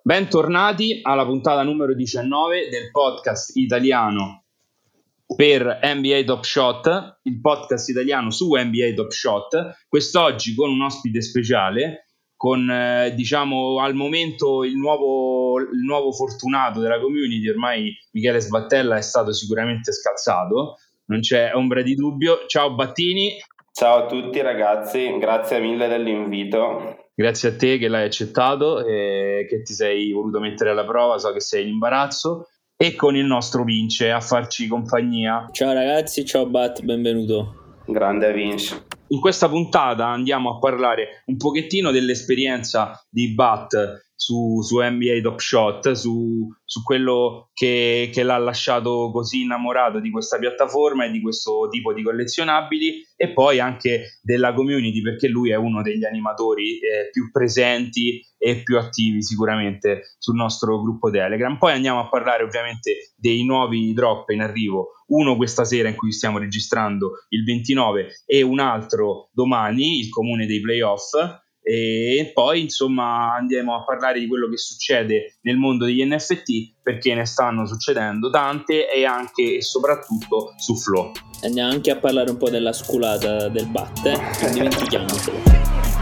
Bentornati alla puntata numero 19 del podcast italiano per NBA Top Shot, il podcast italiano su NBA Top Shot. Quest'oggi con un ospite speciale, con diciamo al momento il nuovo fortunato della community. Ormai Michele Sbattella è stato sicuramente scalzato, non c'è ombra di dubbio. Ciao Battini. Ciao a tutti ragazzi, grazie mille dell'invito. Grazie a te che l'hai accettato e che ti sei voluto mettere alla prova, so che sei in imbarazzo. E con il nostro Vince a farci compagnia. Ciao ragazzi, ciao Bat, benvenuto. Grande Vince. In questa puntata andiamo a parlare un pochettino dell'esperienza di Bat su NBA Top Shot, su quello che l'ha lasciato così innamorato di questa piattaforma e di questo tipo di collezionabili, e poi anche della community, perché lui è uno degli animatori più presenti e più attivi sicuramente sul nostro gruppo Telegram. Poi andiamo a parlare ovviamente dei nuovi drop in arrivo, uno questa sera in cui stiamo registrando il 29 e un altro domani, il comune dei playoff. E poi insomma andiamo a parlare di quello che succede nel mondo degli NFT, perché ne stanno succedendo tante, e anche e soprattutto su Flow. Andiamo anche a parlare un po' della sculata del Bat, non dimentichiamocelo.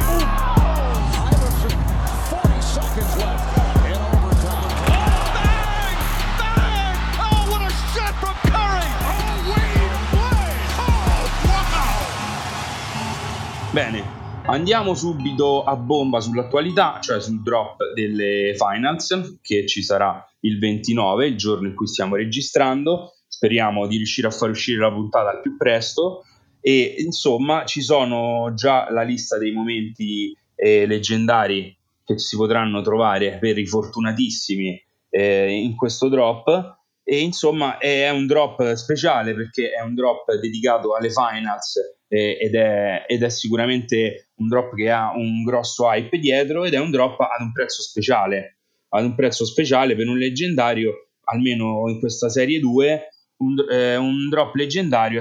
Bene, andiamo subito a bomba sull'attualità, cioè sul drop delle finals, che ci sarà il 29, il giorno in cui stiamo registrando. Speriamo di riuscire a far uscire la puntata al più presto. E insomma ci sono già la lista dei momenti leggendari che si potranno trovare per i fortunatissimi in questo drop. E insomma è un drop speciale perché è un drop dedicato alle finals, ed è sicuramente un drop che ha un grosso hype dietro, ed è un drop ad un prezzo speciale per un leggendario, almeno in questa serie 2, un drop leggendario a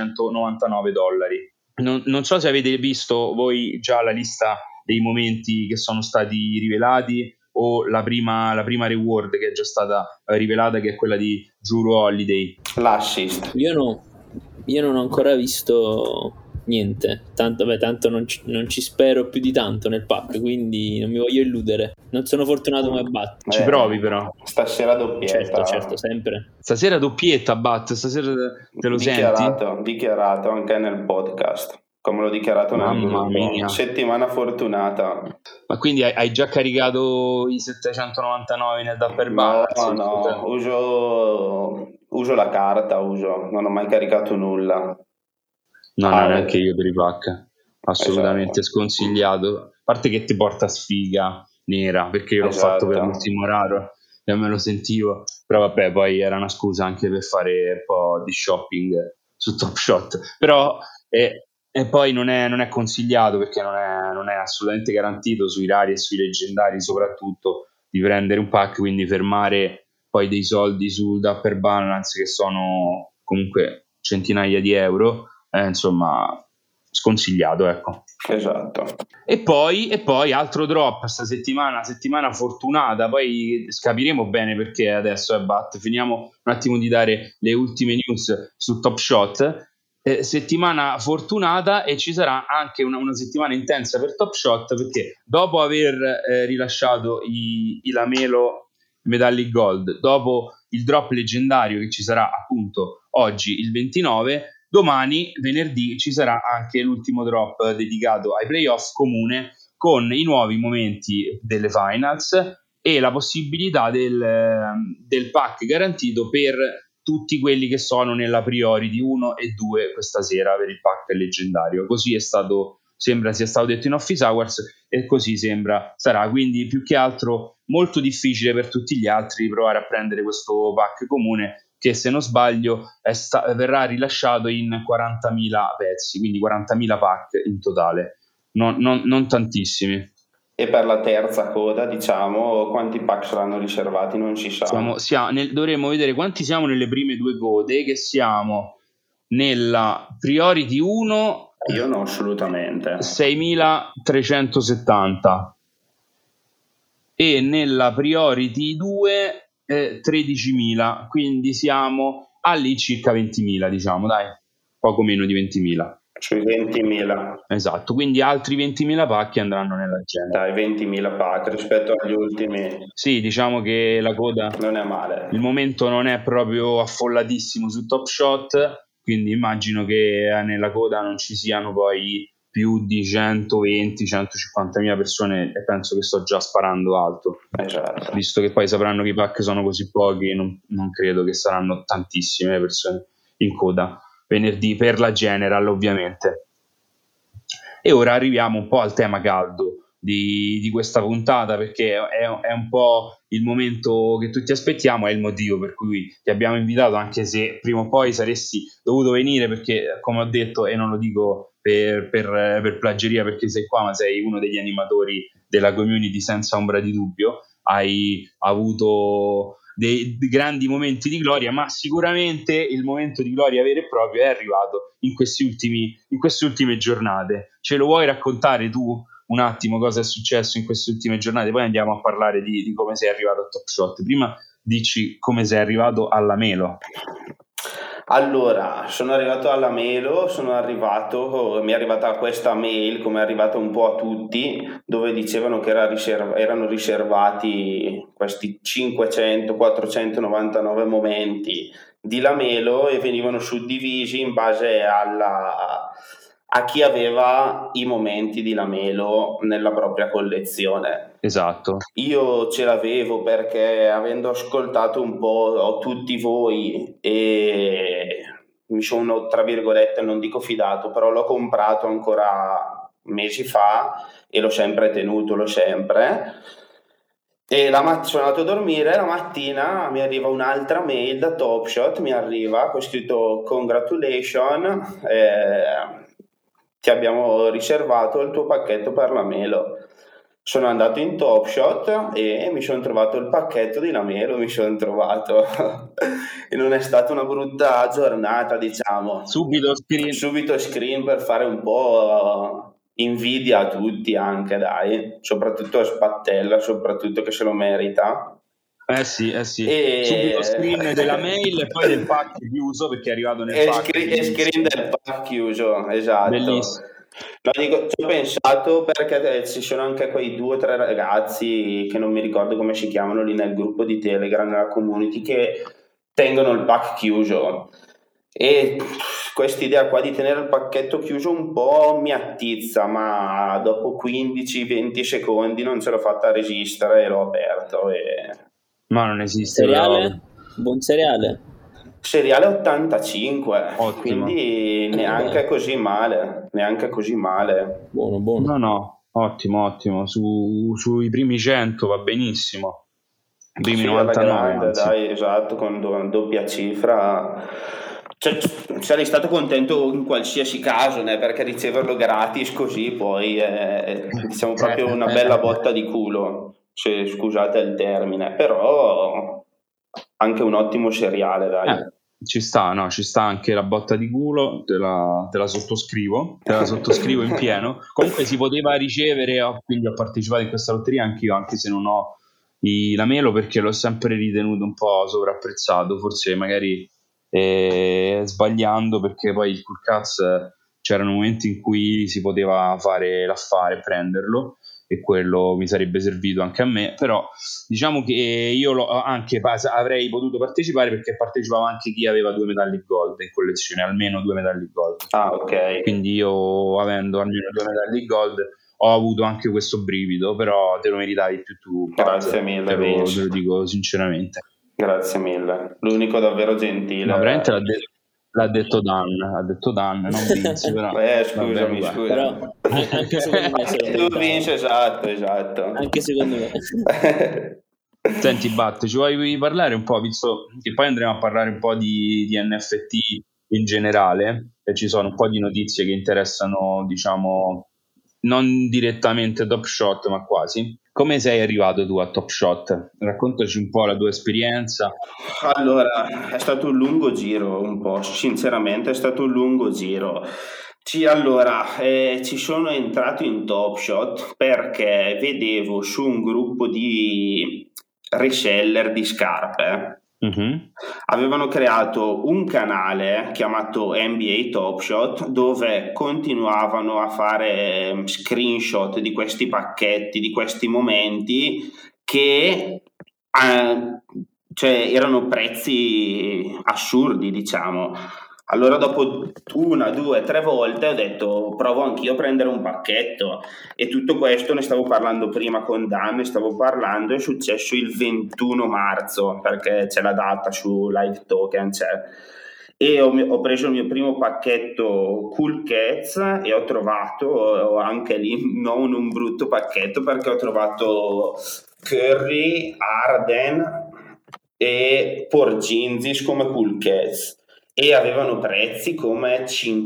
$799. Non so se avete visto voi già la lista dei momenti che sono stati rivelati, o la prima reward che è già stata rivelata, che è quella di Jrue Holiday. L'assist. Io non ho ancora visto niente, tanto non ci spero più di tanto nel pack, quindi non mi voglio illudere. Non sono fortunato come Bat. Ci provi però. Stasera doppietta. Certo, sempre. Stasera doppietta, Bat, stasera te lo senti? Dichiarato anche nel podcast, come l'ho dichiarato nel Mamma mia. Settimana fortunata. Ma quindi hai già caricato i 799 nel Dapper Balance? No, uso la carta, non ho mai caricato nulla. No, neanche io per i pack, assolutamente esatto. Sconsigliato, a parte che ti porta sfiga nera, perché io l'ho fatto per l'ultimo raro e me lo sentivo, però vabbè, poi era una scusa anche per fare un po' di shopping su Top Shot, però e poi non è consigliato, perché non è assolutamente garantito sui rari e sui leggendari soprattutto di prendere un pack, quindi fermare poi dei soldi sul Dapper Balance, che sono comunque centinaia di euro, insomma sconsigliato, ecco. Esatto. E poi altro drop questa settimana fortunata, poi capiremo bene perché adesso Bat. Finiamo un attimo di dare le ultime news su Top Shot. Settimana fortunata, e ci sarà anche una settimana intensa per Top Shot, perché dopo aver rilasciato i Lamelo Metallic Gold, dopo il drop leggendario che ci sarà appunto oggi il 29, domani venerdì ci sarà anche l'ultimo drop dedicato ai playoff comune, con i nuovi momenti delle finals e la possibilità del pack garantito per tutti quelli che sono nella priority 1 e 2 questa sera per il pack leggendario. Così sembra sia stato detto in Office Hours, e così sarà. Quindi più che altro molto difficile per tutti gli altri provare a prendere questo pack comune, che se non sbaglio verrà rilasciato in 40.000 pezzi, quindi 40.000 pack in totale, non tantissimi. E per la terza coda, diciamo, quanti pack saranno riservati non si sa. Dovremmo vedere quanti siamo nelle prime due code, che siamo nella priority 1. Io no, assolutamente. 6.370. e nella Priority 2 13.000, quindi siamo all'incirca 20.000, diciamo, dai, poco meno di 20.000. Sui 20.000. Esatto, quindi altri 20.000 pacchi andranno nella General. Dai, 20.000 pack rispetto agli ultimi. Sì, diciamo che la coda non è male. Il momento non è proprio affollatissimo su Top Shot, quindi immagino che nella coda non ci siano poi più di 120-150.000 persone, e penso che sto già sparando alto. Esatto. Visto che poi sapranno che i pack sono così pochi, non credo che saranno tantissime persone in coda venerdì per la General, ovviamente. E ora arriviamo un po' al tema caldo di questa puntata, perché è un po' il momento che tutti aspettiamo, è il motivo per cui ti abbiamo invitato, anche se prima o poi saresti dovuto venire, perché come ho detto, e non lo dico per plagieria perché sei qua, ma sei uno degli animatori della community senza ombra di dubbio, hai avuto dei grandi momenti di gloria, ma sicuramente il momento di gloria vero e proprio è arrivato in queste ultime giornate. Ce lo vuoi raccontare tu un attimo cosa è successo in queste ultime giornate? Poi andiamo a parlare di come sei arrivato a Top Shot. Prima dici come sei arrivato alla Melo. Allora, sono arrivato alla Melo, mi è arrivata questa mail, come è arrivata un po' a tutti, dove dicevano che erano riservati questi 500-499 momenti di la Melo e venivano suddivisi in base a chi aveva i momenti di Lamelo nella propria collezione. Esatto. Io ce l'avevo perché, avendo ascoltato un po' tutti voi, e mi sono, tra virgolette, non dico fidato, però l'ho comprato ancora mesi fa e l'ho sempre tenuto, E sono andato a dormire, la mattina mi arriva un'altra mail da Top Shot, con scritto congratulations, ti abbiamo riservato il tuo pacchetto per la Melo. Sono andato in Top Shot e mi sono trovato il pacchetto di la Melo, e non è stata una brutta giornata, diciamo. Subito screen per fare un po' invidia a tutti, anche, dai, soprattutto a Spattella, soprattutto, che se lo merita. Sì. Subito screen della mail e poi del pack chiuso, perché è arrivato nel pack. E screen del pack chiuso, esatto. Bellissimo. No, dico, ci ho pensato perché ci sono anche quei 2 o 3 ragazzi che non mi ricordo come si chiamano lì nel gruppo di Telegram, nella community, che tengono il pack chiuso, e quest'idea qua di tenere il pacchetto chiuso un po' mi attizza, ma dopo 15-20 secondi non ce l'ho fatta resistere e l'ho aperto. Ma non esiste cereale? Buon cereale 85. Ottimo. Quindi neanche così male. Buono. No, ottimo. Sui primi 100 va benissimo. I primi 99 grande, dai, esatto, con doppia cifra. Sarei stato contento in qualsiasi caso, perché riceverlo gratis così poi è, diciamo, proprio una bella botta di culo, se scusate il termine, però anche un ottimo seriale, dai. Ci sta anche la botta di culo, te la sottoscrivo in pieno. Comunque si poteva ricevere, quindi ho partecipato in questa lotteria anch'io, anche se non ho la Melo, perché l'ho sempre ritenuto un po' sovrapprezzato, forse magari sbagliando, perché poi il Cool Cats c'erano momenti in cui si poteva fare l'affare e prenderlo, e quello mi sarebbe servito anche a me, però diciamo che io avrei potuto partecipare, perché partecipava anche chi aveva 2 medaglie gold in collezione, almeno 2 medaglie gold. Ok. Quindi io, avendo almeno 2 medaglie gold, ho avuto anche questo brivido, però te lo meritavi più tu. Grazie mille, te lo dico sinceramente. Grazie mille, l'unico davvero gentile. No, veramente l'ha detto Dan, non Vince, però. Scusami. Però anche secondo me tu Vince, esatto. Anche secondo me. Senti, Bat, ci vuoi parlare un po', visto che poi andremo a parlare un po' di NFT in generale, e ci sono un po' di notizie che interessano, diciamo, non direttamente Top Shot, ma quasi. Come sei arrivato tu a Top Shot? Raccontaci un po' la tua esperienza. Allora, è stato un lungo giro, sinceramente è stato un lungo giro. Sì, allora, ci sono entrato in Top Shot perché vedevo su un gruppo di reseller di scarpe, avevano creato un canale chiamato NBA Top Shot dove continuavano a fare screenshot di questi pacchetti, di questi momenti che cioè erano prezzi assurdi, diciamo. Allora dopo 1, 2, 3 volte ho detto provo anch'io a prendere un pacchetto, e tutto questo ne stavo parlando prima con Dan, ne stavo parlando, è successo il 21 marzo perché c'è la data su Live Token, e ho preso il mio primo pacchetto Cool Cats e ho trovato anche lì non un brutto pacchetto, perché ho trovato Curry, Arden e Porzingis come Cool Cats, e avevano prezzi come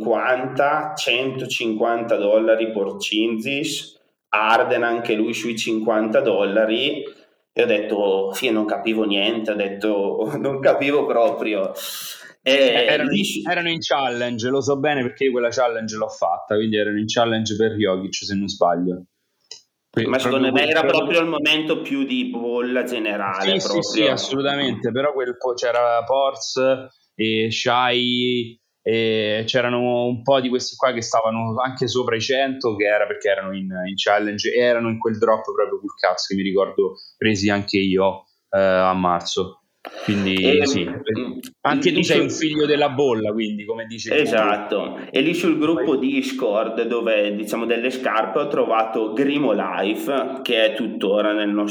50-150 dollari Porzingis, Arden anche lui sui 50 dollari, e ho detto non capivo niente, non capivo proprio. Erano in challenge, lo so bene perché io quella challenge l'ho fatta, quindi erano in challenge per Jokic, se non sbaglio. Ma secondo me era proprio il momento più di bolla generale. Sì, assolutamente, però c'era Porz e Shai, e c'erano un po' di questi qua che stavano anche sopra i 100, che era perché erano in challenge e erano in quel drop proprio col cazzo che mi ricordo presi anche io a marzo. Quindi sì, anche tu sei un figlio della bolla, quindi come dice esatto. E lì sul gruppo Discord, dove diciamo delle scarpe, ho trovato Grimo Life, che è tuttora nella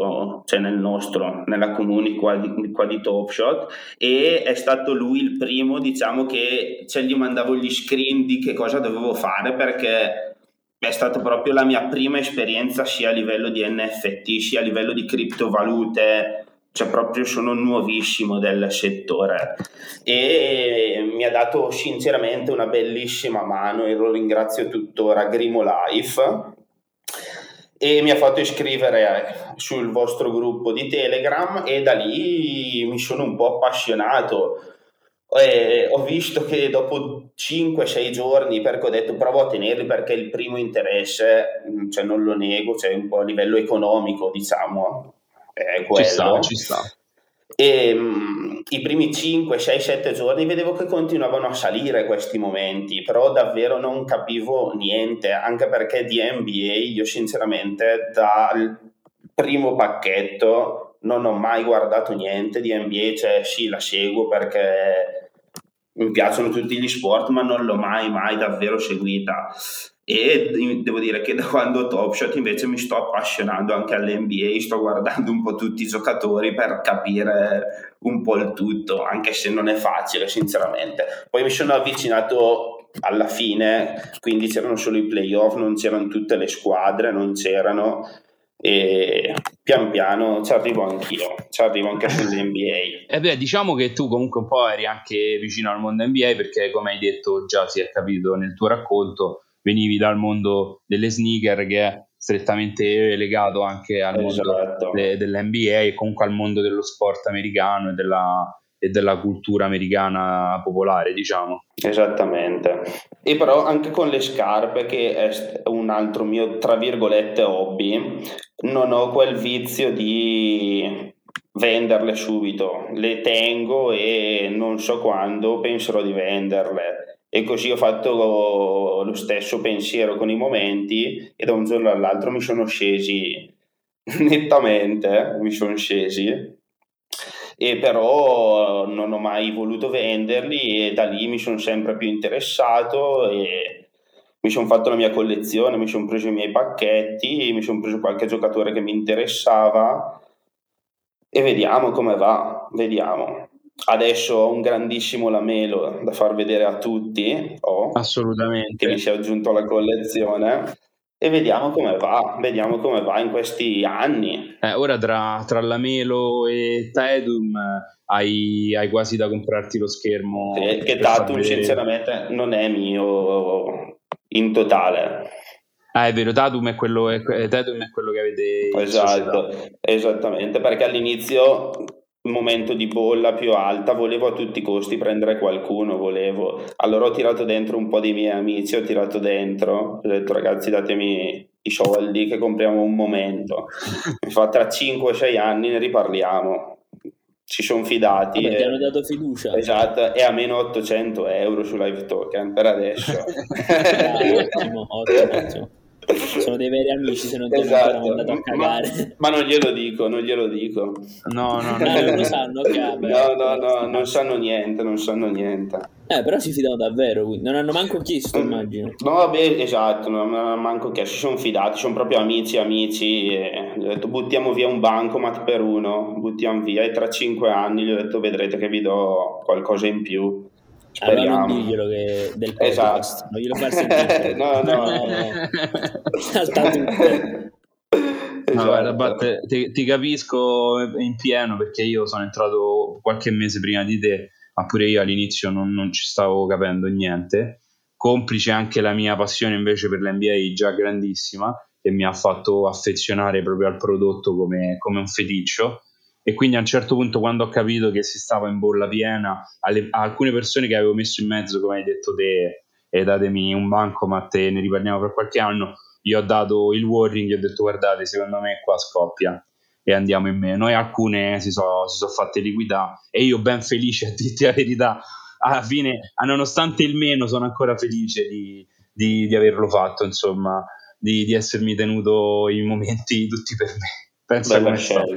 community qua di Top Shot, e è stato lui il primo, diciamo, che gli mandavo gli screen di che cosa dovevo fare, perché è stata proprio la mia prima esperienza sia a livello di NFT sia a livello di criptovalute. Cioè proprio sono nuovissimo del settore, e mi ha dato sinceramente una bellissima mano, e lo ringrazio tuttora, Grimo Life, e mi ha fatto iscrivere sul vostro gruppo di Telegram, e da lì mi sono un po' appassionato. Ho visto che dopo 5-6 giorni, perché ho detto provo a tenerli perché il primo interesse, cioè non lo nego, cioè un po' a livello economico, diciamo, è quello. Ci sta. E i primi 5, 6, 7 giorni vedevo che continuavano a salire questi momenti, però davvero non capivo niente, anche perché di NBA io sinceramente dal primo pacchetto non ho mai guardato niente di NBA, cioè sì, la seguo perché mi piacciono tutti gli sport, ma non l'ho mai davvero seguita. E devo dire che da quando Top Shot invece mi sto appassionando anche all'NBA, sto guardando un po' tutti i giocatori per capire un po' il tutto, anche se non è facile sinceramente. Poi mi sono avvicinato alla fine, quindi c'erano solo i playoff, non c'erano tutte le squadre, non c'erano, e pian piano ci arrivo anch'io, ci arrivo anche sull'NBA. Diciamo che tu comunque un po' eri anche vicino al mondo NBA, perché come hai detto già si è capito nel tuo racconto, venivi dal mondo delle sneaker, che è strettamente legato anche al mondo dell'NBA e comunque al mondo dello sport americano e della cultura americana popolare, diciamo. Esattamente. E però anche con le scarpe, che è un altro mio tra virgolette hobby, non ho quel vizio di venderle subito, le tengo e non so quando penserò di venderle. E così ho fatto lo stesso pensiero con i momenti, e da un giorno all'altro mi sono scesi nettamente, e però non ho mai voluto venderli, e da lì mi sono sempre più interessato e mi sono fatto la mia collezione, mi sono preso i miei pacchetti, mi sono preso qualche giocatore che mi interessava, e vediamo come va, vediamo. Adesso ho un grandissimo Lamelo da far vedere a tutti, assolutamente, che mi si è aggiunto alla collezione, e vediamo come va in questi anni. Ora tra Lamelo e Tatum hai quasi da comprarti lo schermo. Che Tatum sinceramente non è mio in totale. È vero, Tatum è quello che avete. Esatto, esattamente, perché all'inizio momento di bolla più alta, volevo a tutti i costi prendere qualcuno, allora ho tirato dentro un po' dei miei amici, ho detto ragazzi datemi i soldi che compriamo un momento, mi fa tra 5-6 anni ne riparliamo. Ci sono fidati. Vabbè, ti hanno dato fiducia. Esatto, e a meno 800 euro su Live Token per adesso. Ottimo. Sono dei veri amici, se non ti hanno ancora mandato a cagare. Ma non glielo dico. No. Non lo sanno, che no, non sanno niente. Però si fidano davvero, quindi non hanno manco chiesto, immagino. No, vabbè, esatto, non hanno manco chiesto, si sono fidati, sono proprio amici, e gli ho detto buttiamo via un bancomat per uno, buttiamo via, e tra 5 anni gli ho detto vedrete che vi do qualcosa in più. Speriamo. Allora non diglielo che del podcast, esatto. non glielo far sentire. No. Salta tutto. No, guarda, ti capisco in pieno, perché io sono entrato qualche mese prima di te, ma pure io all'inizio non ci stavo capendo niente, complice anche la mia passione invece per l'NBA già grandissima, che mi ha fatto affezionare proprio al prodotto come un feticcio. E quindi a un certo punto, quando ho capito che si stava in bolla piena, a alcune persone che avevo messo in mezzo, come hai detto te, e datemi un bancomat e ne riparliamo per qualche anno, gli ho dato il warning, gli ho detto guardate, secondo me qua scoppia e andiamo in meno, e alcune si sono fatte liquidare, e io ben felice, a dirti la verità, alla fine, nonostante il meno, sono ancora felice di averlo fatto, insomma, di essermi tenuto i momenti tutti per me. Pensa come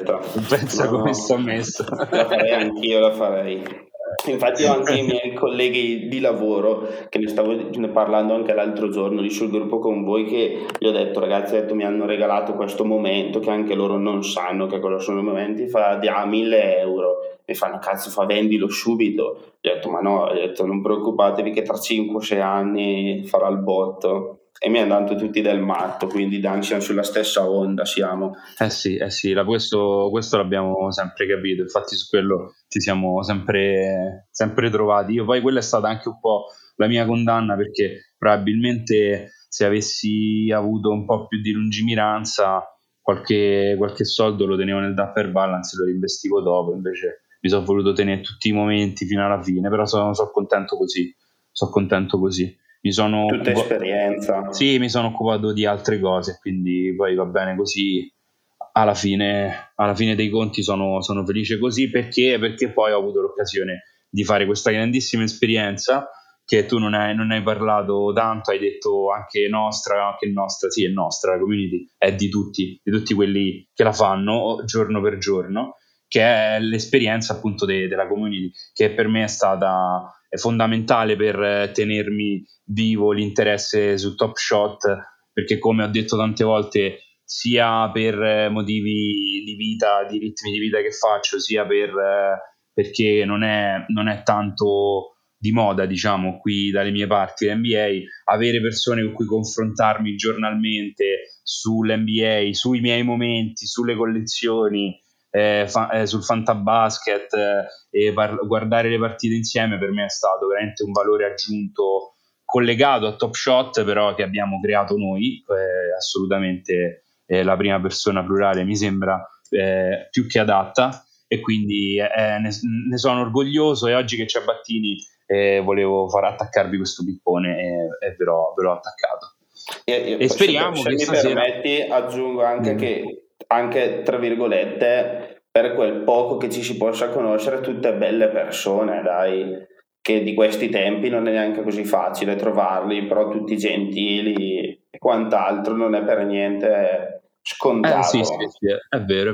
sto messo. La farei anch'io, la farei. Infatti ho anche i miei colleghi di lavoro, che ne stavo parlando anche l'altro giorno lì sul gruppo con voi, che gli ho detto ragazzi, mi hanno regalato questo momento che anche loro non sanno che cosa sono i momenti, fa 1.000 euro, mi fanno cazzo, vendilo subito. Gli ho detto ma no, non preoccupatevi che tra 5-6 anni farà il botto. E mi hanno dato tutti del matto, quindi siamo sulla stessa onda, siamo. Sì, questo l'abbiamo sempre capito, infatti su quello ci siamo sempre trovati. Io poi quella è stata anche un po' la mia condanna, perché probabilmente se avessi avuto un po' più di lungimiranza qualche soldo lo tenevo nel Dapper Balance e lo reinvestivo dopo, invece mi sono voluto tenere tutti i momenti fino alla fine, però sono contento così. Tutta esperienza. Sì, mi sono occupato di altre cose, quindi poi va bene così. Alla fine dei conti sono felice così, perché poi ho avuto l'occasione di fare questa grandissima esperienza, che tu non hai parlato tanto, hai detto anche nostra, sì, è nostra, la community è di tutti quelli che la fanno giorno per giorno, che è l'esperienza appunto della community, che per me è stata fondamentale per tenermi vivo l'interesse su Top Shot, perché come ho detto tante volte, sia per motivi di vita, di ritmi di vita che faccio, sia perché non è tanto di moda, diciamo, qui dalle mie parti l'NBA, avere persone con cui confrontarmi giornalmente sull'NBA, sui miei momenti, sulle collezioni, sul fantabasket, e guardare le partite insieme, per me è stato veramente un valore aggiunto collegato a Top Shot, però che abbiamo creato noi, assolutamente la prima persona plurale mi sembra più che adatta, e quindi ne sono orgoglioso, e oggi che c'è Battini volevo far attaccarvi questo pippone e ve l'ho attaccato. E speriamo se che mi stasera... permetti, aggiungo anche che, anche tra virgolette, per quel poco che ci si possa conoscere, tutte belle persone, dai, che di questi tempi non è neanche così facile trovarli, però tutti gentili e quant'altro, non è per niente scontato. Sì, è vero.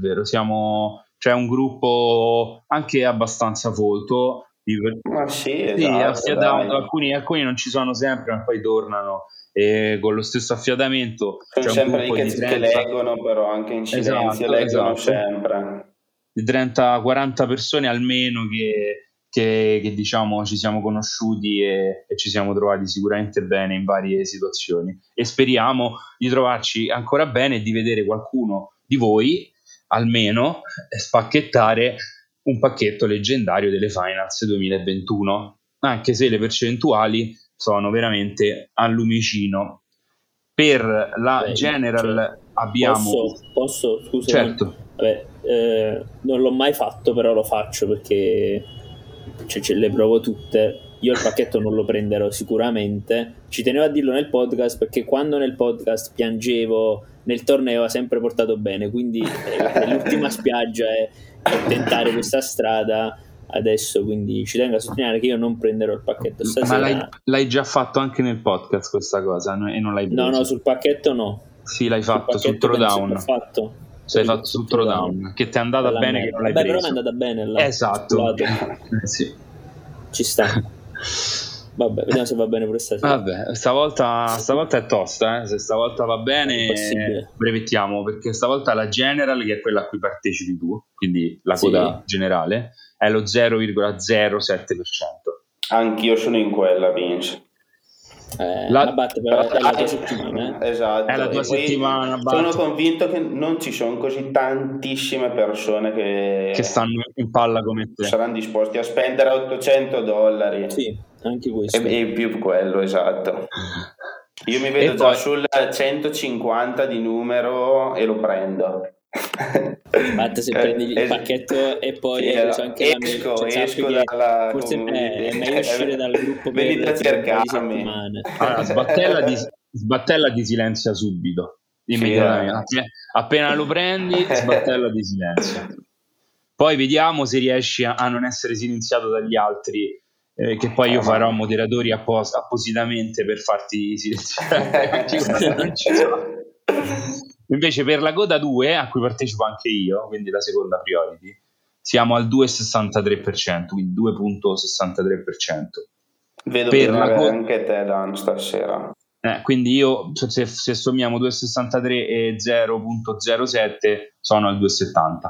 C'è un gruppo anche abbastanza folto, Ma sì, affiatato, alcuni non ci sono sempre, ma poi tornano, e con lo stesso affiatamento sono c'è sempre un gruppo lì che leggono, però anche in silenzio leggono sempre, di 30-40 persone almeno che diciamo ci siamo conosciuti e ci siamo trovati sicuramente bene in varie situazioni, e speriamo di trovarci ancora bene e di vedere qualcuno di voi almeno spacchettare un pacchetto leggendario delle Finals 2021, anche se le percentuali sono veramente al lumicino. Per la General abbiamo... Posso scusa? Certo. non l'ho mai fatto, però lo faccio perché le provo tutte. Io il pacchetto non lo prenderò sicuramente, ci tenevo a dirlo nel podcast perché quando nel podcast piangevo nel torneo ha sempre portato bene, quindi l'ultima spiaggia è tentare questa strada adesso, quindi ci tengo a sottolineare che io non prenderò il pacchetto stasera. Ma l'hai già fatto anche nel podcast questa cosa e non l'hai preso? No, sul pacchetto no. Sì, l'hai fatto sul Throwdown. Sei fatto sul Throwdown, che ti è andata bene che non l'hai preso. Però mi è andata bene là. Esatto. Sì. Ci sta. Vabbè, vediamo se va bene pure stasera. Vabbè, stavolta è tosta, se stavolta va bene brevettiamo, perché stavolta la General, che è quella a cui partecipi tu, quindi la coda generale, è lo 0,07%. Anch'io sono in quella, Vince. La batte però è la tua settimana. Esatto. È la tua settimana. Sono convinto che non ci sono così tantissime persone che stanno in palla come te, saranno disposti a spendere $800. Sì, anche questo. E più quello, esatto. Io mi vedo già sul 150 di numero e lo prendo. Batte se prendi il pacchetto e poi anche esco dalla forse è meglio uscire dal gruppo venite a cercarmi. Sbattella di silenzia subito, immediatamente. Appena lo prendi, sbattella di silenzio. Poi vediamo se riesci a non essere silenziato dagli altri, che poi io farò moderatori appositamente per farti silenziare. Non ci sono. Invece per la coda 2, a cui partecipo anche io, quindi la seconda priority, siamo al 2,63%, quindi 2,63%. Vedo per anche te, Dan, stasera. Quindi io, se sommiamo 2,63 e 0,07, sono al 2,70.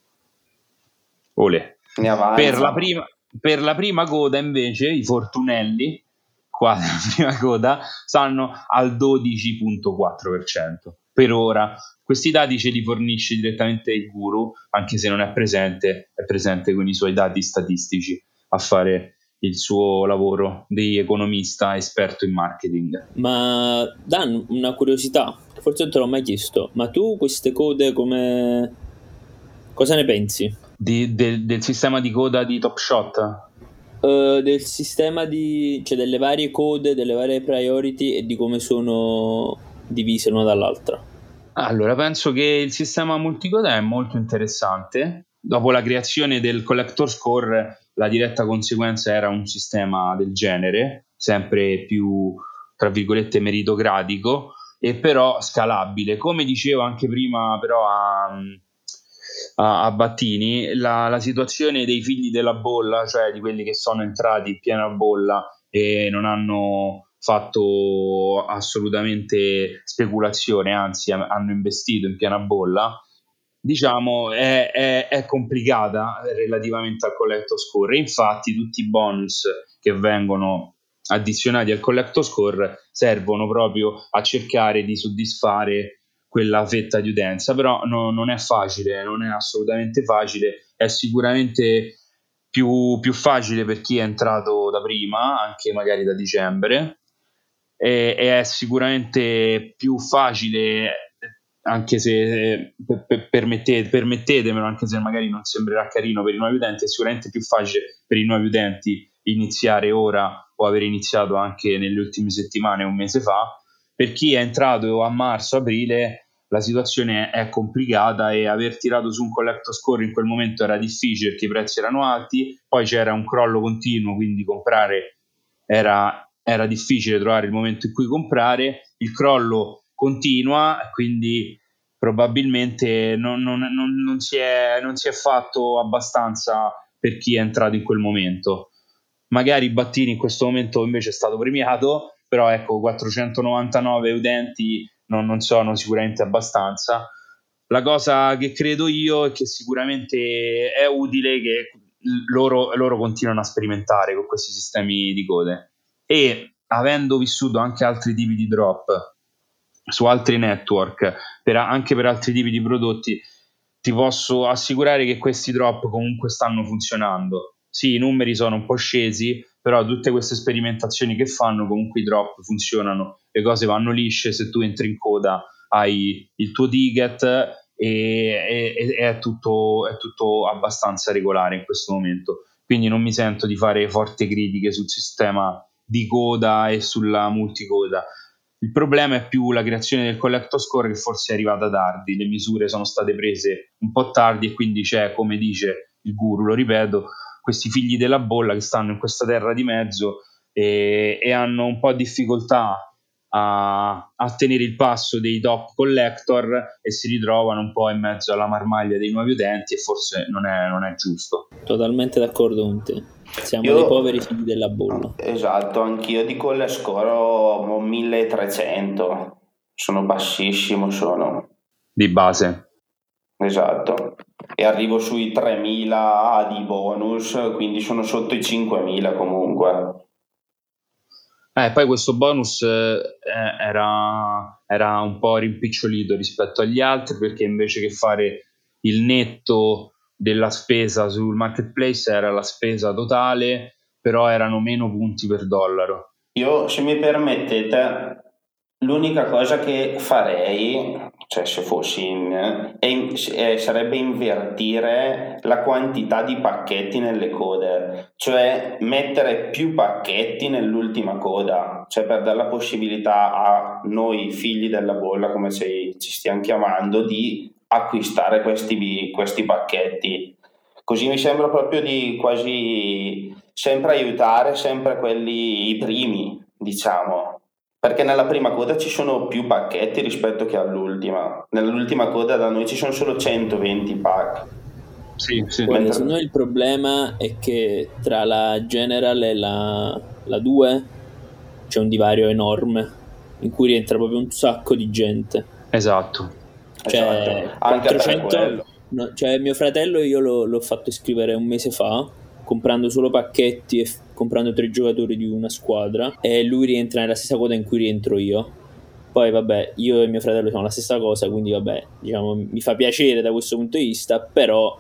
Olè. Per la prima coda, invece, i fortunelli, qua nella prima coda, stanno al 12,4%. Per ora. Questi dati ce li fornisce direttamente il guru, anche se non è presente con i suoi dati statistici a fare il suo lavoro di economista esperto in marketing. Ma Dan, una curiosità, forse non te l'ho mai chiesto, ma tu queste code cosa ne pensi? Del sistema di coda di Top Shot? Del sistema cioè delle varie code, delle varie priority e di come sono divise l'una dall'altra. Allora, penso che il sistema multicoda è molto interessante. Dopo la creazione del collector score, la diretta conseguenza era un sistema del genere, sempre più, tra virgolette, meritocratico e però scalabile. Come dicevo anche prima però a Battini, la situazione dei figli della bolla, cioè di quelli che sono entrati in piena bolla e non hanno fatto assolutamente speculazione, anzi hanno investito in piena bolla, diciamo è complicata relativamente al collector score. Infatti tutti i bonus che vengono addizionati al collector score servono proprio a cercare di soddisfare quella fetta di utenza, però non è facile, non è assolutamente facile, è sicuramente più facile per chi è entrato da prima, anche magari da dicembre, e è sicuramente più facile, anche se permettetemelo, anche se magari non sembrerà carino per i nuovi utenti, è sicuramente più facile per i nuovi utenti iniziare ora o aver iniziato anche nelle ultime settimane, un mese fa. Per chi è entrato a marzo-aprile la situazione è complicata e aver tirato su un collector score in quel momento era difficile perché i prezzi erano alti, poi c'era un crollo continuo, quindi comprare era difficile trovare il momento in cui comprare, il crollo continua, quindi probabilmente non si è fatto abbastanza per chi è entrato in quel momento. Magari Battini in questo momento invece è stato premiato, però ecco, 499 utenti non sono sicuramente abbastanza. La cosa che credo io è che sicuramente è utile che loro continuano a sperimentare con questi sistemi di code, e avendo vissuto anche altri tipi di drop su altri network, anche per altri tipi di prodotti, ti posso assicurare che questi drop comunque stanno funzionando. Sì, i numeri sono un po' scesi, però tutte queste sperimentazioni che fanno, comunque i drop funzionano, le cose vanno lisce, se tu entri in coda hai il tuo ticket e è tutto abbastanza regolare in questo momento, quindi non mi sento di fare forti critiche sul sistema di coda e sulla multicoda. Il problema è più la creazione del collector score, che forse è arrivata tardi, le misure sono state prese un po' tardi e quindi c'è, come dice il guru, lo ripeto, questi figli della bolla che stanno in questa terra di mezzo e hanno un po' di difficoltà a tenere il passo dei top collector e si ritrovano un po' in mezzo alla marmaglia dei nuovi utenti, e forse non è giusto. Totalmente d'accordo con te. Siamo dei poveri figli della bolla. Esatto, anch'io di colle score 1300, sono bassissimo, sono Di base. Esatto, e arrivo sui 3000 di bonus, quindi sono sotto i 5000 comunque. Poi questo bonus era un po' rimpicciolito rispetto agli altri, perché invece che fare il netto della spesa sul marketplace era la spesa totale, però erano meno punti per dollaro. Io, se mi permettete, l'unica cosa che farei, cioè se fossi sarebbe invertire la quantità di pacchetti nelle code, cioè mettere più pacchetti nell'ultima coda, cioè per dare la possibilità a noi figli della bolla, come ci stiamo chiamando, di acquistare questi pacchetti. Così mi sembra proprio di quasi sempre aiutare sempre quelli, i primi, diciamo, perché nella prima coda ci sono più pacchetti rispetto che all'ultima. Nell'ultima coda da noi ci sono solo 120 pack. Sì. Guarda, secondo me il problema è che tra la General e la 2 c'è un divario enorme in cui rientra proprio un sacco di gente. Esatto. Cioè, Anche 400, cioè mio fratello io l'ho fatto iscrivere un mese fa comprando solo pacchetti e comprando 3 giocatori di una squadra, e lui rientra nella stessa quota in cui rientro io. Poi vabbè, io e mio fratello siamo la stessa cosa, quindi vabbè, diciamo, mi fa piacere da questo punto di vista, però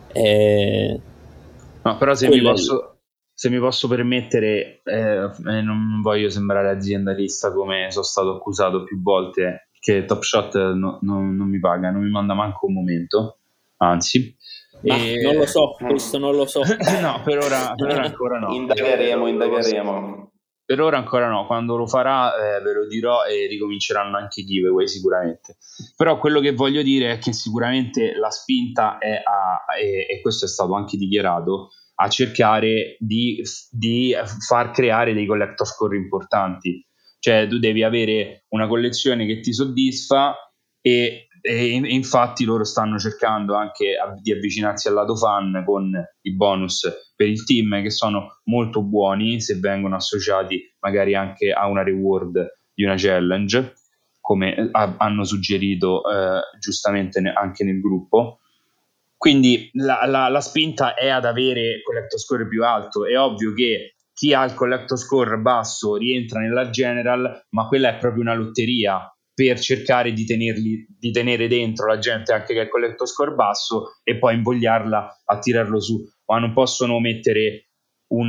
no, però se mi posso permettere, non voglio sembrare aziendalista come sono stato accusato più volte, che Top Shot non mi paga, non mi manda manco un momento, anzi. Non lo so, questo non lo so. No, per ora ancora no. Indagheremo. Per ora ancora no, quando lo farà ve lo dirò, e ricominceranno anche i giveaway sicuramente. Però quello che voglio dire è che sicuramente la spinta è e questo è stato anche dichiarato, a cercare di far creare dei collector score importanti. Cioè tu devi avere una collezione che ti soddisfa, e infatti loro stanno cercando anche di avvicinarsi al lato fan con i bonus per il team, che sono molto buoni se vengono associati magari anche a una reward di una challenge, come hanno suggerito giustamente anche nel gruppo. Quindi la spinta è ad avere collector score più alto. È ovvio che chi ha il collector score basso rientra nella general, ma quella è proprio una lotteria per cercare di tenere dentro la gente anche che ha il collector score basso, e poi invogliarla a tirarlo su. Ma non possono mettere un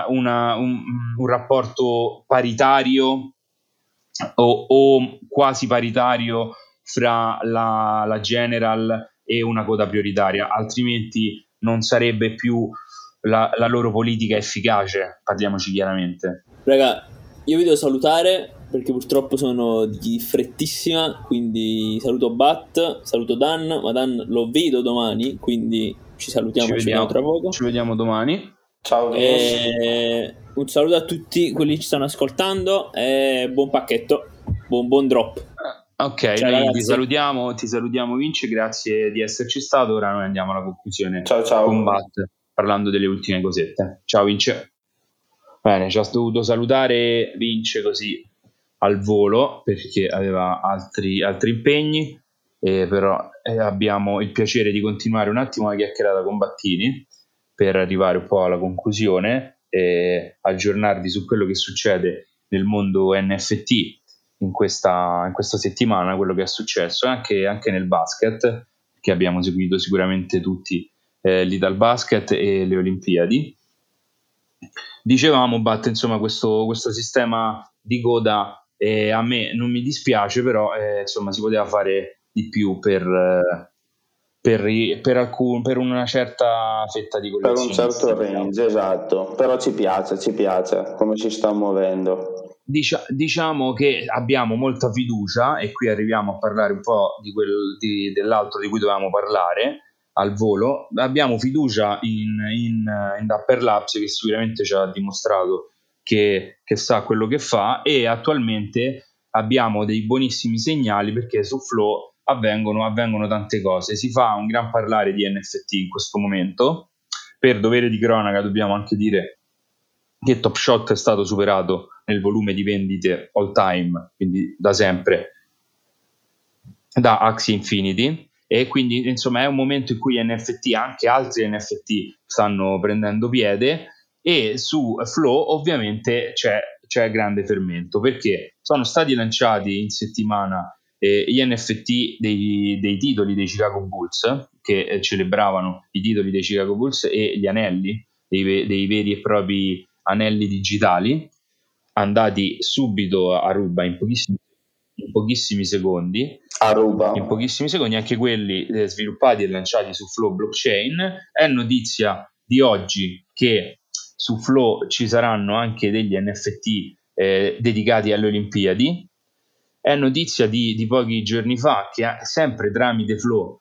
rapporto paritario o quasi paritario fra la general e una coda prioritaria, altrimenti non sarebbe più la loro politica efficace, parliamoci chiaramente. Raga, io vi devo salutare perché purtroppo sono di frettissima, quindi saluto Bat, saluto Dan, ma Dan lo vedo domani, quindi ci salutiamo, ci vediamo tra poco. Ci vediamo domani. Ciao un saluto a tutti quelli che ci stanno ascoltando e buon pacchetto, buon drop. Ok, ciao, noi ti salutiamo Vince, grazie di esserci stato. Ora noi andiamo alla conclusione. Ciao. Con Bat, parlando delle ultime cosette. Ciao Vince. Bene, ci ha dovuto salutare Vince così al volo perché aveva altri impegni, però abbiamo il piacere di continuare un attimo la chiacchierata con Battini per arrivare un po' alla conclusione e aggiornarvi su quello che succede nel mondo NFT in questa settimana, quello che è successo anche nel basket, che abbiamo seguito sicuramente tutti, l'Italbasket e le Olimpiadi. Dicevamo, Bat, insomma, questo sistema di coda a me non mi dispiace, però insomma si poteva fare di più per una certa fetta di collezionisti. Per un certo range, esatto. Però ci piace come si sta muovendo. Diciamo che abbiamo molta fiducia, e qui arriviamo a parlare un po' dell'altro di cui dovevamo parlare al volo. Abbiamo fiducia in Dapper Labs, che sicuramente ci ha dimostrato che sa quello che fa, e attualmente abbiamo dei buonissimi segnali, perché su Flow avvengono tante cose. Si fa un gran parlare di NFT in questo momento. Per dovere di cronaca dobbiamo anche dire che Top Shot è stato superato nel volume di vendite all time, quindi da sempre, da Axie Infinity, e quindi insomma è un momento in cui NFT, anche altri NFT, stanno prendendo piede, e su Flow ovviamente c'è grande fermento, perché sono stati lanciati in settimana gli NFT dei titoli dei Chicago Bulls, che celebravano i titoli dei Chicago Bulls, e gli anelli dei veri e propri anelli digitali, andati subito a ruba in pochissimi secondi. In pochissimi secondi, anche quelli sviluppati e lanciati su Flow Blockchain. È notizia di oggi che su Flow ci saranno anche degli NFT dedicati alle Olimpiadi. È notizia di pochi giorni fa che sempre tramite Flow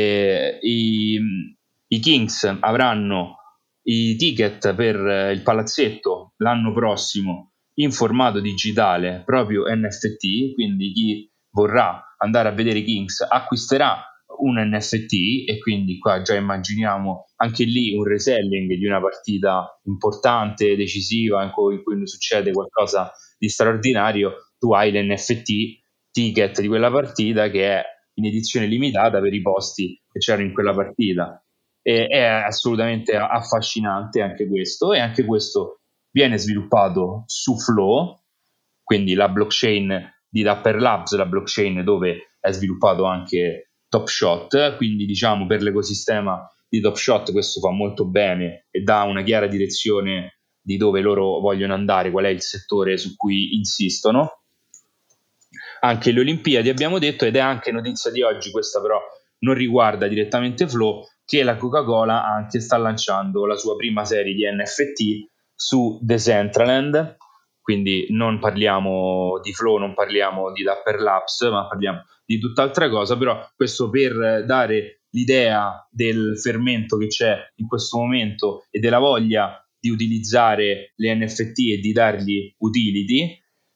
i Kings avranno i ticket per il palazzetto l'anno prossimo in formato digitale, proprio NFT, quindi chi vorrà andare a vedere i Kings acquisterà un NFT, e quindi qua già immaginiamo anche lì un reselling di una partita importante, decisiva, in cui succede qualcosa di straordinario. Tu hai l'NFT ticket di quella partita, che è in edizione limitata per i posti che c'erano in quella partita. E è assolutamente affascinante anche questo, e anche questo viene sviluppato su Flow, quindi la blockchain di Dapper Labs, la blockchain dove è sviluppato anche Top Shot. Quindi diciamo, per l'ecosistema di Top Shot questo fa molto bene e dà una chiara direzione di dove loro vogliono andare, qual è il settore su cui insistono. Anche le Olimpiadi abbiamo detto, ed è anche notizia di oggi, questa però non riguarda direttamente Flow, che la Coca-Cola anche sta lanciando la sua prima serie di NFT su Decentraland. Quindi non parliamo di Flow, non parliamo di Dapper Labs, ma parliamo di tutt'altra cosa. Però questo per dare l'idea del fermento che c'è in questo momento e della voglia di utilizzare le NFT e di dargli utility,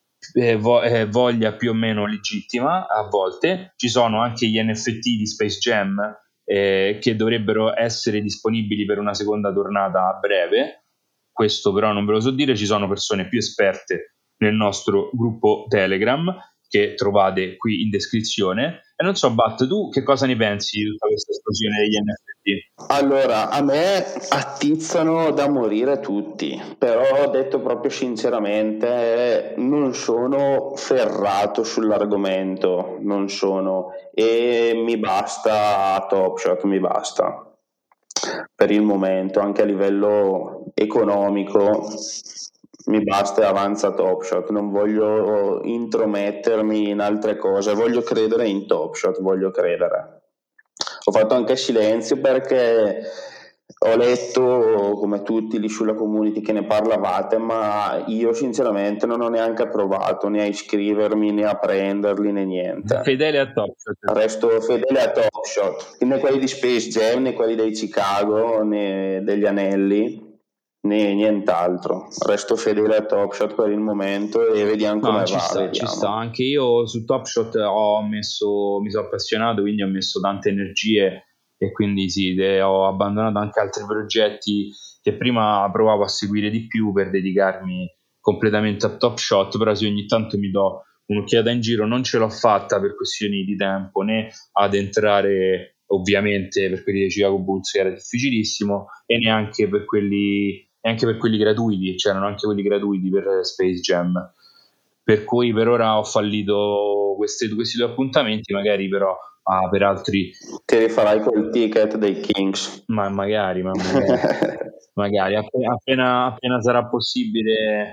voglia più o meno legittima a volte. Ci sono anche gli NFT di Space Jam che dovrebbero essere disponibili per una seconda tornata a breve. Questo però non ve lo so dire, ci sono persone più esperte nel nostro gruppo Telegram che trovate qui in descrizione. E non so, Bat, tu che cosa ne pensi di tutta questa esplosione degli NFT? Allora, a me attizzano da morire tutti, però detto proprio sinceramente non sono ferrato sull'argomento, non sono, e mi basta Top Shot, mi basta per il momento, anche a livello economico mi basta e avanza Top Shot, non voglio intromettermi in altre cose, voglio credere in Top Shot, voglio credere. Ho fatto anche silenzio perché ho letto come tutti lì sulla community che ne parlavate, ma io sinceramente non ho neanche provato né a iscrivermi né a prenderli né niente. Fedele a Top Shot. Resto fedele a Top Shot, né quelli di Space Jam né quelli dei Chicago né degli anelli né nient'altro. Resto fedele a Top Shot per il momento e vediamo come va. Ci sta. Anche io su Top Shot mi sono appassionato, quindi ho messo tante energie, e quindi sì, ho abbandonato anche altri progetti che prima provavo a seguire di più per dedicarmi completamente a Top Shot. Però se ogni tanto mi do un'occhiata in giro, non ce l'ho fatta per questioni di tempo, né ad entrare, ovviamente per quelli dei Chicago Bulls era difficilissimo, e neanche per quelli gratuiti. C'erano anche quelli gratuiti per Space Jam, per cui per ora ho fallito questi due appuntamenti. Magari però per altri ti rifarai col ticket dei Kings, magari appena sarà possibile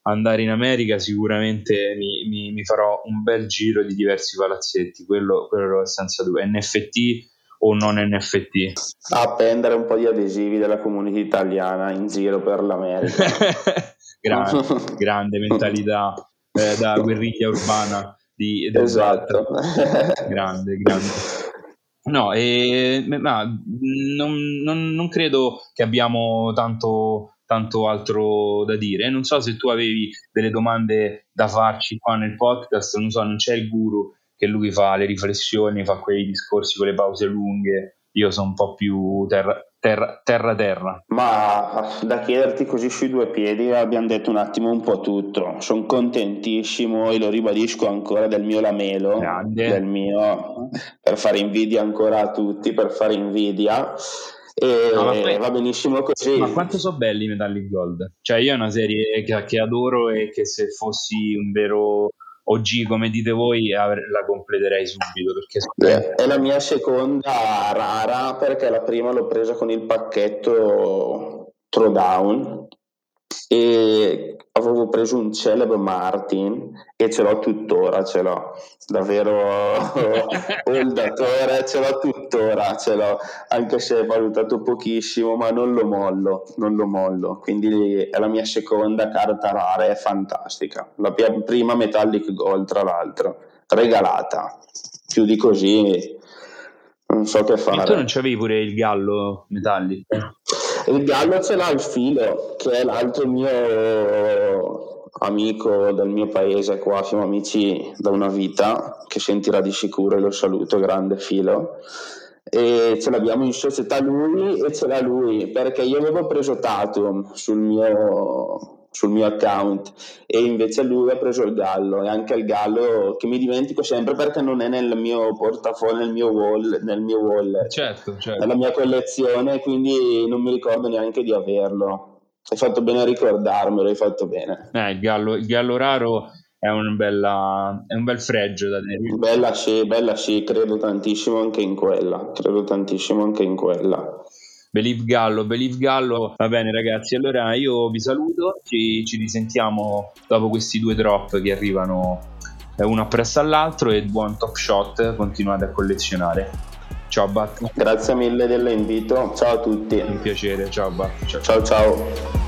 andare in America sicuramente mi farò un bel giro di diversi palazzetti, quello senza dubbio. NFT o non NFT? Appendere un po' di adesivi della community italiana in giro per l'America. grande mentalità da guerriglia urbana esatto. grande. No, ma non credo che abbiamo tanto altro da dire. Non so se tu avevi delle domande da farci qua nel podcast, non so, non c'è il guru che lui fa le riflessioni, fa quei discorsi con le pause lunghe, io sono un po' più terra. Ma da chiederti così sui due piedi abbiamo detto un attimo un po' tutto. Sono contentissimo e lo ribadisco ancora del mio lamelo, del mio, per fare invidia ancora a tutti, per fare invidia, e va benissimo così. Ma quanto sono belli i Metallic Gold? Cioè io è una serie che adoro e che se fossi un vero OG come dite voi la completerei subito, perché è la mia seconda rara, perché la prima l'ho presa con il pacchetto Throwdown e avevo preso un Celeb Martin e ce l'ho tuttora, davvero il datore, ce l'ho tuttora, anche se è valutato pochissimo, ma non lo mollo, quindi è la mia seconda carta rara, è fantastica, la prima Metallic Gold tra l'altro, regalata, più di così non so che fare. E tu non c'avevi pure il gallo Metallic? Il gallo ce l'ha il Filo, che è l'altro mio amico del mio paese qua, siamo amici da una vita, che sentirà di sicuro e lo saluto, grande Filo, e ce l'abbiamo in società lui e ce l'ha lui, perché io avevo preso Tatum sul mio account e invece lui ha preso il gallo, e anche il gallo che mi dimentico sempre perché non è nel mio portafoglio, nel mio wallet, certo. nella mia collezione, quindi non mi ricordo neanche di averlo. Hai fatto bene a ricordarmelo, hai fatto bene. Il gallo raro è un bel fregio da tenere. Bella sì, credo tantissimo anche in quella. Believe Gallo. Va bene ragazzi, allora io vi saluto, ci risentiamo dopo questi 2 drop che arrivano uno appresso all'altro, e buon Top Shot, continuate a collezionare. Ciao Bat. Grazie mille dell'invito, ciao a tutti. Un piacere, ciao Bat. Ciao.